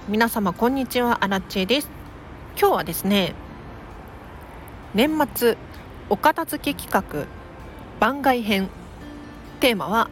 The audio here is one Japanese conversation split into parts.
皆様こんにちは、アラチェです。今日はですね、年末お片付け企画番外編。テーマは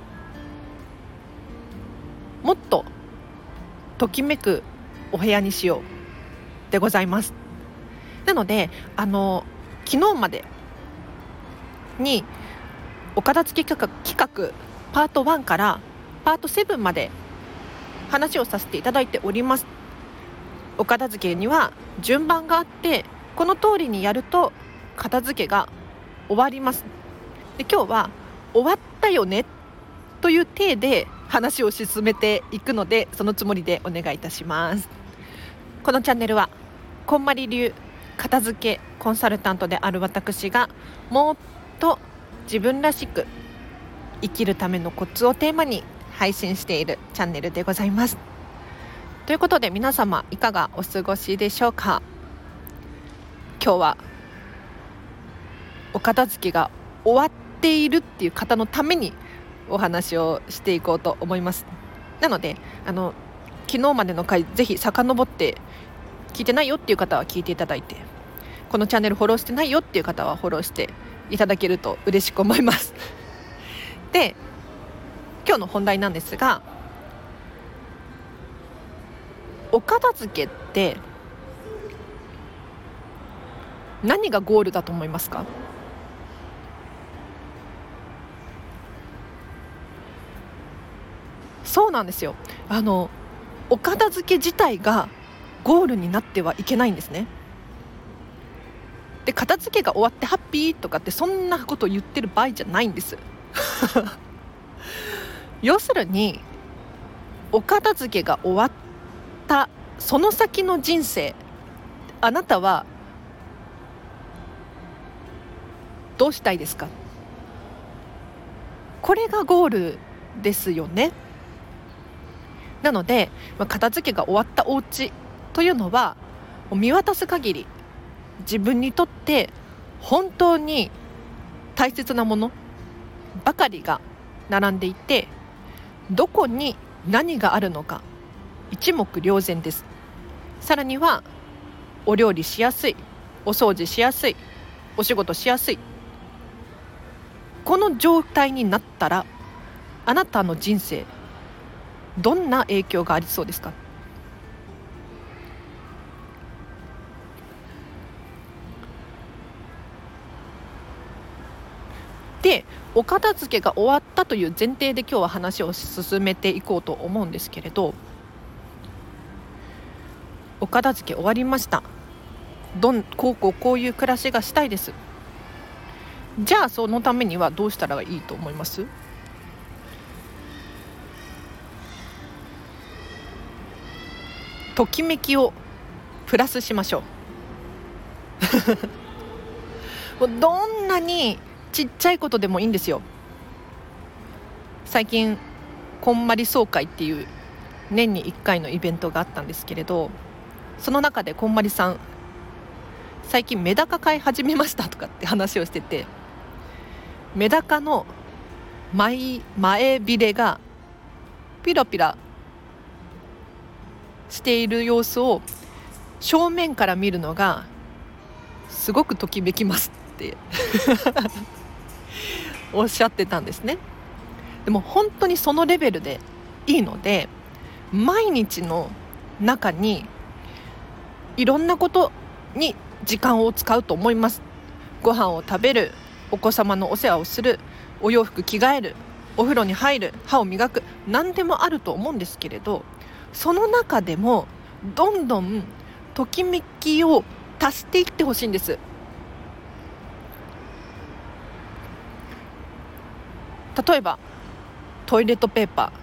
もっとときめくお部屋にしようでございます。なので昨日までにお片付け企画パート1からパート7まで話をさせていただいております。お片付けには順番があって、この通りにやると片付けが終わります。で、今日は終わったよねという体で話を進めていくので、そのつもりでお願いいたします。このチャンネルはこんまり流片付けコンサルタントである私がもっと自分らしく生きるためのコツをテーマに配信しているチャンネルでございます。ということで、皆様いかがお過ごしでしょうか。今日はお片付けが終わっているっていう方のためにお話をしていこうと思います。なので昨日までの回ぜひ遡って聞いてないよっていう方は聞いていただいて、このチャンネルフォローしてないよっていう方はフォローしていただけると嬉しく思いますで、今日の本題なんですが、お片付けって何がゴールだと思いますか？そうなんですよ。お片付け自体がゴールになってはいけないんですね。で、片付けが終わってハッピーとかってそんなことを言ってる場合じゃないんです要するにお片付けが終わったその先の人生、あなたはどうしたいですか？これがゴールですよね。なので、片付けが終わったお家というのは見渡す限り自分にとって本当に大切なものばかりが並んでいて、どこに何があるのか一目瞭然です。さらにはお料理しやすい、お掃除しやすい、お仕事しやすい、この状態になったらあなたの人生どんな影響がありそうですか？で、お片付けが終わったという前提で今日は話を進めていこうと思うんですけれど、お片付け終わりました。こういう暮らしがしたいです。じゃあそのためにはどうしたらいいと思います？ときめきをプラスしましょうもうどんなにちっちゃいことでもいいんですよ。最近こんまり総会っていう年に1回のイベントがあったんですけれど、その中でこんまりさん最近メダカ飼い始めましたとかって話をしてて、メダカの前びれがピラピラしている様子を正面から見るのがすごくときめきますっておっしゃってたんですね。でも本当にそのレベルでいいので、毎日の中にいろんなことに時間を使うと思います。ご飯を食べる、お子様のお世話をする、お洋服着替える、お風呂に入る、歯を磨く、何でもあると思うんですけれど、その中でもどんどんときめきを足していってほしいんです。例えばトイレットペーパ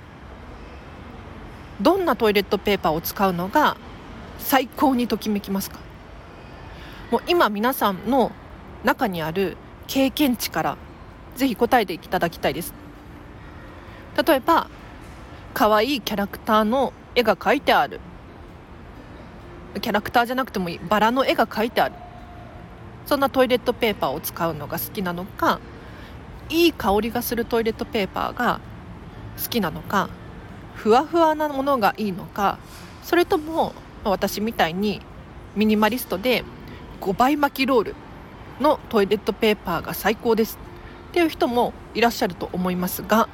ー、どんなトイレットペーパーを使うのが最高にときめきますか？もう今皆さんの中にある経験値からぜひ答えていただきたいです。例えば可愛いキャラクターの絵が描いてある、キャラクターじゃなくてもいいバラの絵が描いてある、そんなトイレットペーパーを使うのが好きなのか、いい香りがするトイレットペーパーが好きなのか、ふわふわなものがいいのか、 それとも私みたいにミニマリストで5倍巻きロールのトイレットペーパーが最高ですっていう人もいらっしゃると思いますが、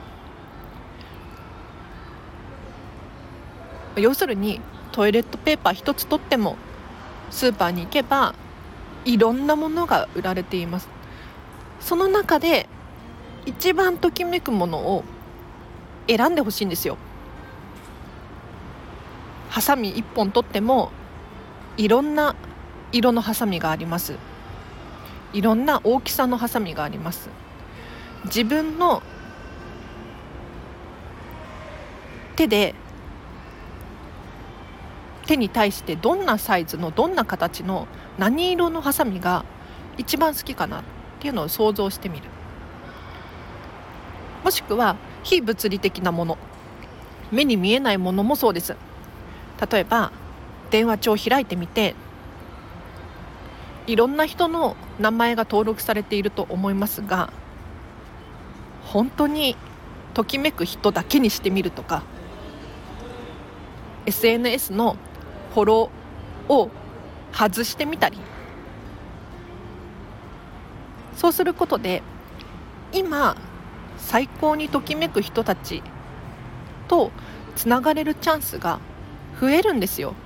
要するにトイレットペーパー一つとってもスーパーに行けばいろんなものが売られています。その中で一番ときめくものを選んでほしいんですよ。ハサミ1本取ってもいろんな色のハサミがあります。いろんな大きさのハサミがあります。自分の手に対してどんなサイズのどんな形の何色のハサミが一番好きかなっていうのを想像してみる。もしくは非物理的なもの、目に見えないものもそうです。例えば電話帳を開いてみて、いろんな人の名前が登録されていると思いますが、本当にときめく人だけにしてみるとか、 SNS のフォローを外してみたり、そうすることで今最高にときめく人たちとつながれるチャンスが増えるんですよ。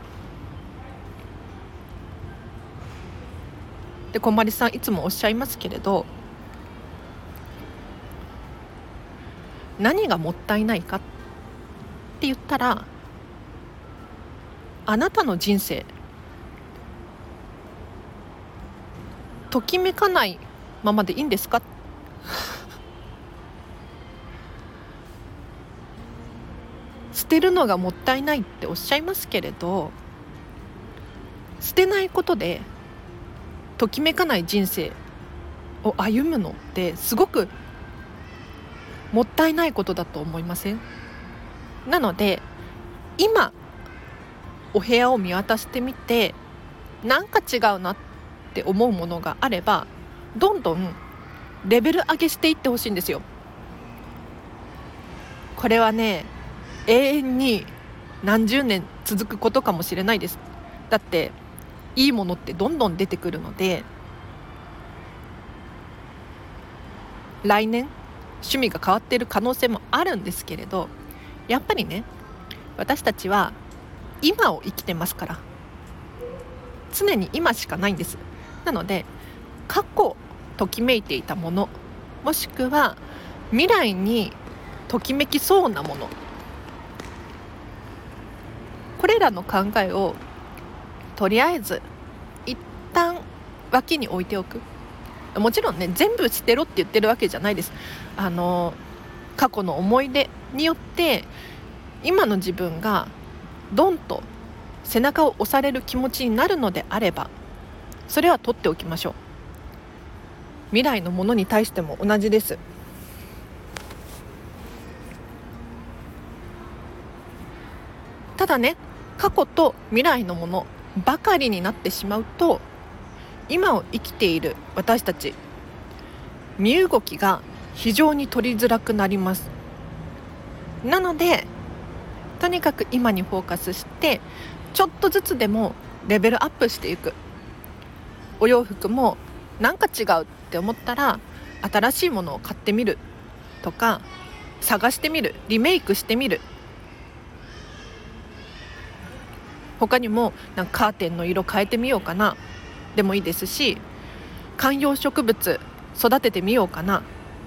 で、こまりさんいつもおっしゃいますけれど、何がもったいないかって言ったら、あなたの人生ときめかないままでいいんですか捨てるのがもったいないっておっしゃいますけれど、捨てないことでときめかない人生を歩むのってすごくもったいないことだと思いません？なので今お部屋を見渡してみて、なんか違うなって思うものがあれば、どんどんレベル上げしていってほしいんですよ。これはね、永遠に何十年続くことかもしれないです。だっていいものってどんどん出てくるので、来年趣味が変わっている可能性もあるんですけれど、やっぱりね、私たちは今を生きてますから、常に今しかないんです。なので過去ときめいていたもの、もしくは未来にときめきそうなもの、これらの考えをとりあえず一旦脇に置いておく。もちろんね、全部捨てろって言ってるわけじゃないです。過去の思い出によって今の自分がドンと背中を押される気持ちになるのであれば、それは取っておきましょう。未来のものに対しても同じです。ただね、過去と未来のものばかりになってしまうと、今を生きている私たち、身動きが非常に取りづらくなります。なのでとにかく今にフォーカスして、ちょっとずつでもレベルアップしていく。お洋服もなんか違うって思ったら新しいものを買ってみるとか、探してみる、リメイクしてみる。他にもなんかカーテンの色変えてみようかなでもいいですし、観葉植物育ててみようかな、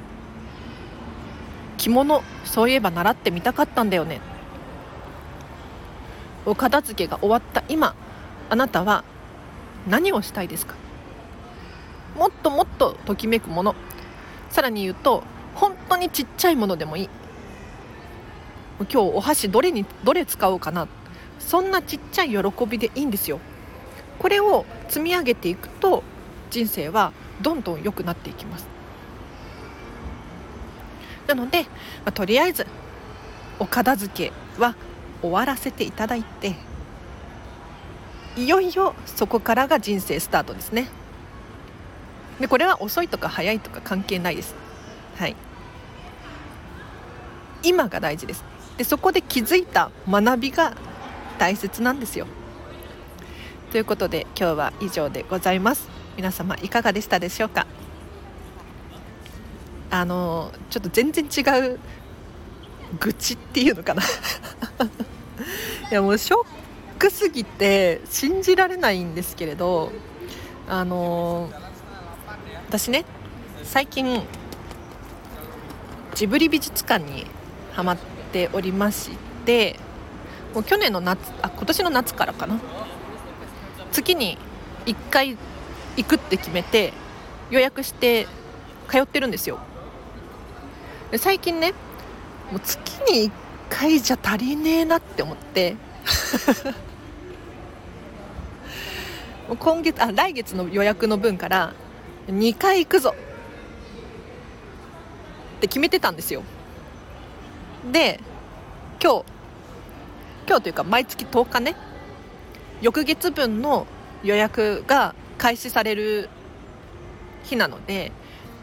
着物そういえば習ってみたかったんだよね。お片付けが終わった今、あなたは何をしたいですか？もっともっとときめくもの、さらに言うと本当にちっちゃいものでもいい。今日お箸どれ使おうかな、そんなちっちゃい喜びでいいんですよ。これを積み上げていくと人生はどんどん良くなっていきます。なので、とりあえずお片付けは終わらせていただいて、いよいよそこからが人生スタートですね。で、これは遅いとか早いとか関係ないです。はい、今が大事です。で、そこで気づいた学びが大切なんですよ。ということで今日は以上でございます。皆様いかがでしたでしょうか。ちょっと全然違う愚痴っていうのかないやもうショックすぎて信じられないんですけれど、私ね最近ジブリ美術館にハマっておりまして、もう今年の夏からかな、月に1回行くって決めて予約して通ってるんですよ。で最近ねもう月に1回じゃ足りねえなって思ってもう来月の予約の分から2回行くぞって決めてたんですよ。で今日というか毎月10日ね、翌月分の予約が開始される日なので、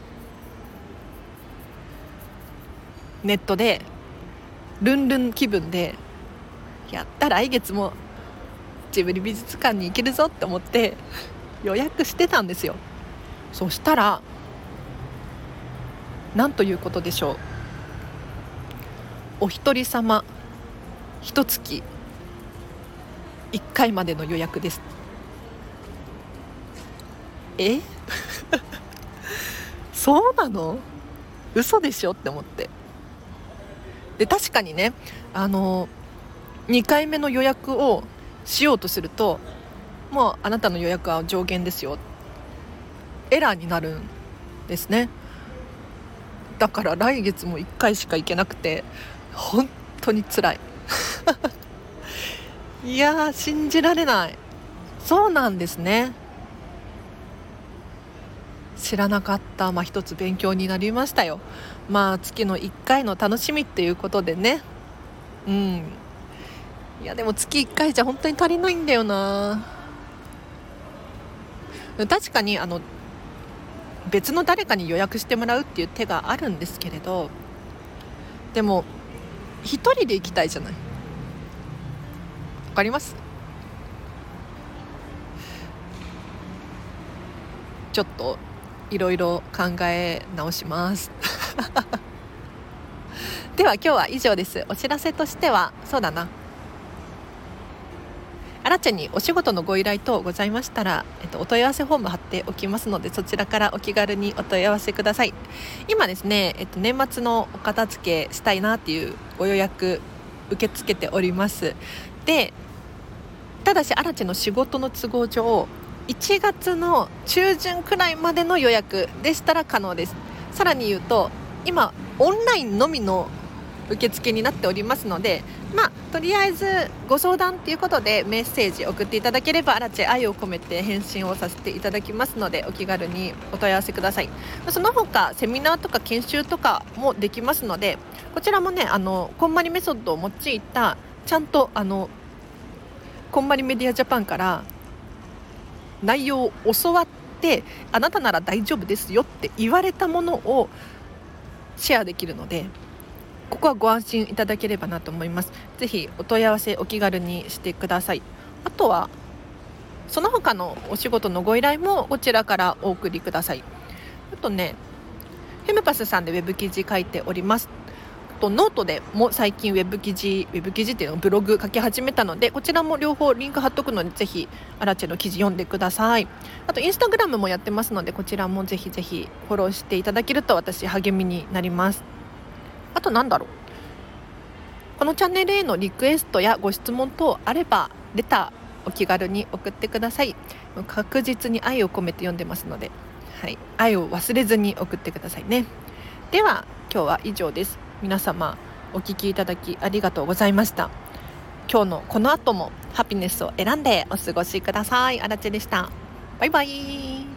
ネットでルンルン気分でやった来月もジブリ美術館に行けるぞって思って予約してたんですよ。そしたらなんということでしょう、お一人様一月1回までの予約です。そうなの？嘘でしょって思って。で確かにね、2回目の予約をしようとすると、もうあなたの予約は上限ですよ、エラーになるんですね。だから来月も1回しか行けなくて本当に辛いいやー信じられない。そうなんですね、知らなかった。一つ勉強になりましたよ。月の1回の楽しみっていうことでね。いやでも月1回じゃ本当に足りないんだよな。確かに別の誰かに予約してもらうっていう手があるんですけれど、でも一人で行きたいじゃない。わかります？ちょっといろいろ考え直しますでは今日は以上です。お知らせとしてはそうだな、あらちゃんにお仕事のご依頼等ございましたら、お問い合わせフォーム貼っておきますので、そちらからお気軽にお問い合わせください。今ですね、年末のお片付けしたいなっていうご予約受け付けております。でただしあらちゃんの仕事の都合上1月の中旬くらいまでの予約でしたら可能です。さらに言うと今オンラインのみの受付になっておりますので、とりあえずご相談ということでメッセージ送っていただければあらち愛を込めて返信をさせていただきますので、お気軽にお問い合わせください。その他セミナーとか研修とかもできますので、こちらもねこんまりメソッドを用いたちゃんとこんまりメディアジャパンから内容を教わって、あなたなら大丈夫ですよって言われたものをシェアできるので、ここはご安心いただければなと思います。ぜひお問い合わせお気軽にしてください。あとはその他のお仕事のご依頼もこちらからお送りください。あとね、フェムパスさんでウェブ記事書いております。とノートでも最近ウェブ記事っていうのをブログ書き始めたので、こちらも両方リンク貼っとくので、ぜひアラチェの記事読んでください。あとインスタグラムもやってますので、こちらもぜひぜひフォローしていただけると私励みになります。あとこのチャンネルへのリクエストやご質問等あればレターお気軽に送ってください。確実に愛を込めて読んでますので、愛を忘れずに送ってくださいね。では今日は以上です。皆様お聞きいただきありがとうございました。今日のこの後もハピネスを選んでお過ごしください。あらちでした。バイバイ。